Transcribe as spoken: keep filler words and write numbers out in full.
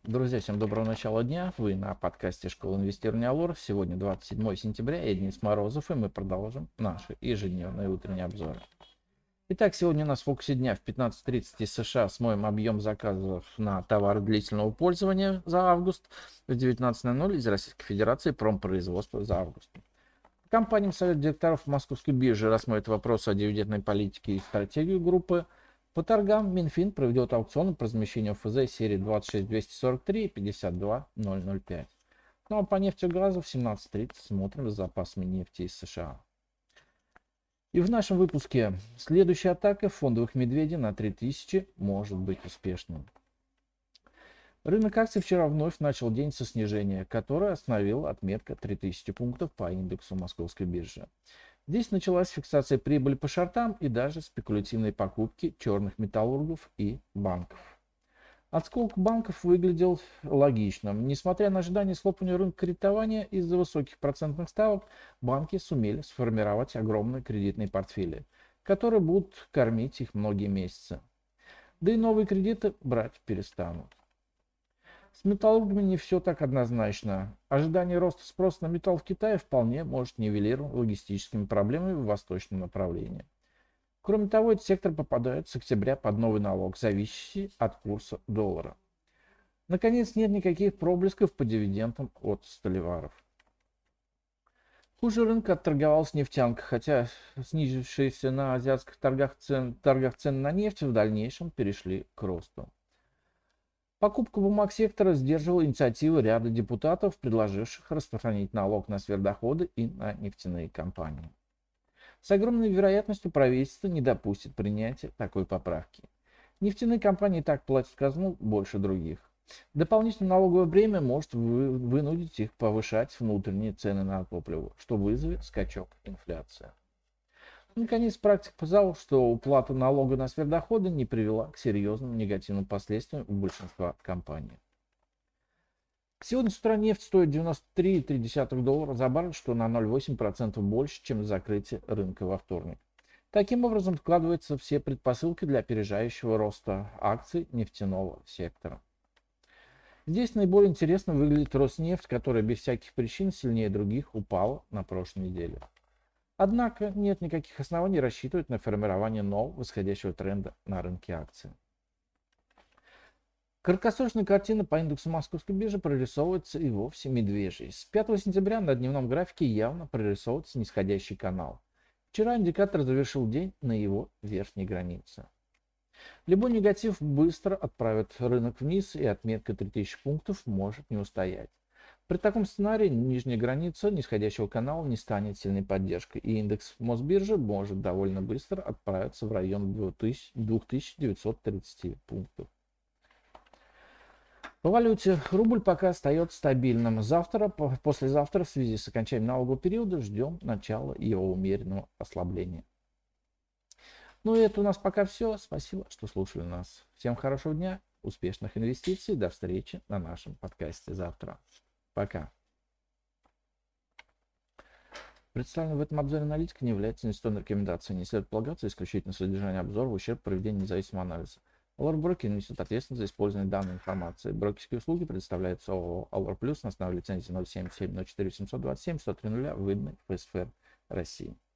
Друзья, всем доброго начала дня. Вы на подкасте «Школа инвестирования Алор». Сегодня двадцать седьмое сентября, я Денис Морозов, и мы продолжим наши ежедневные утренние обзоры. Итак, сегодня у нас в фокусе дня в пятнадцать тридцать из США смотрим объем заказов на товары длительного пользования за август. В девятнадцать ноль ноль из Российской Федерации промпроизводства за август. Компания Совет директоров Московской биржи рассмотрит вопросы о дивидендной политике и стратегию группы. По торгам Минфин проведет аукционы по размещению ФЗ серии двадцать шесть двести сорок три и пятьдесят два ноль ноль пять. Ну а по нефти и газу в семнадцать тридцать смотрим с запасами нефти из США. И в нашем выпуске следующая атака фондовых медведей на три тысячи может быть успешным. Рынок акций вчера вновь начал день со снижения, которое остановила отметка три тысячи пунктов по индексу Московской биржи. Здесь началась фиксация прибыли по шортам и даже спекулятивные покупки черных металлургов и банков. Отскок банков выглядел логичным. Несмотря на ожидание слопания рынка кредитования из-за высоких процентных ставок, банки сумели сформировать огромные кредитные портфели, которые будут кормить их многие месяцы. Да и новые кредиты брать перестанут. С металлургами не все так однозначно. Ожидание роста спроса на металл в Китае вполне может нивелировать логистическими проблемами в восточном направлении. Кроме того, этот сектор попадает с октября под новый налог, зависящий от курса доллара. Наконец, нет никаких проблесков по дивидендам от сталеваров. Хуже рынка отторговалась нефтянка, хотя снизившиеся на азиатских торгах цен, торгах цены на нефть в дальнейшем перешли к росту. Покупка бумаг сектора сдерживала инициативы ряда депутатов, предложивших распространить налог на сверхдоходы и на нефтяные компании. С огромной вероятностью правительство не допустит принятия такой поправки. Нефтяные компании и так платят в казну больше других. Дополнительное налоговое бремя может вынудить их повышать внутренние цены на топливо, что вызовет скачок инфляции. Наконец, практика показала, что уплата налога на сверхдоходы не привела к серьезным негативным последствиям у большинства компаний. Сегодня с утра нефть стоит девяносто три и три десятых доллара за баррель, что на ноль целых восемь десятых процента больше, чем закрытие рынка во вторник. Таким образом, складываются все предпосылки для опережающего роста акций нефтяного сектора. Здесь наиболее интересно выглядит Роснефть, которая без всяких причин сильнее других упала на прошлой неделе. Однако нет никаких оснований рассчитывать на формирование нового восходящего тренда на рынке акций. Краткосрочная картина по индексу Московской биржи прорисовывается и вовсе медвежьей. С пятого сентября на дневном графике явно прорисовывается нисходящий канал. Вчера индикатор завершил день на его верхней границе. Любой негатив быстро отправит рынок вниз, и отметка три тысячи пунктов может не устоять. При таком сценарии нижняя граница нисходящего канала не станет сильной поддержкой, и индекс Мосбиржи может довольно быстро отправиться в район двух тысяч девятисот тридцати пунктов. По валюте рубль пока остается стабильным. Завтра, послезавтра в связи с окончанием налогового периода ждем начала его умеренного ослабления. Ну и это у нас пока все. Спасибо, что слушали нас. Всем хорошего дня, успешных инвестиций. До встречи на нашем подкасте завтра. Пока. Представленная в этом обзоре аналитика не является инвестиционной рекомендацией. Не следует полагаться исключительно на содержание обзора в ущерб проведению независимого анализа. Allure Broker несет ответственность за использование данной информации. Брокерские услуги предоставляются ООО Allure Plus на основе лицензии ноль семь семь ноль четыре семь два семь сто три ноль, выданной в ФСФР России.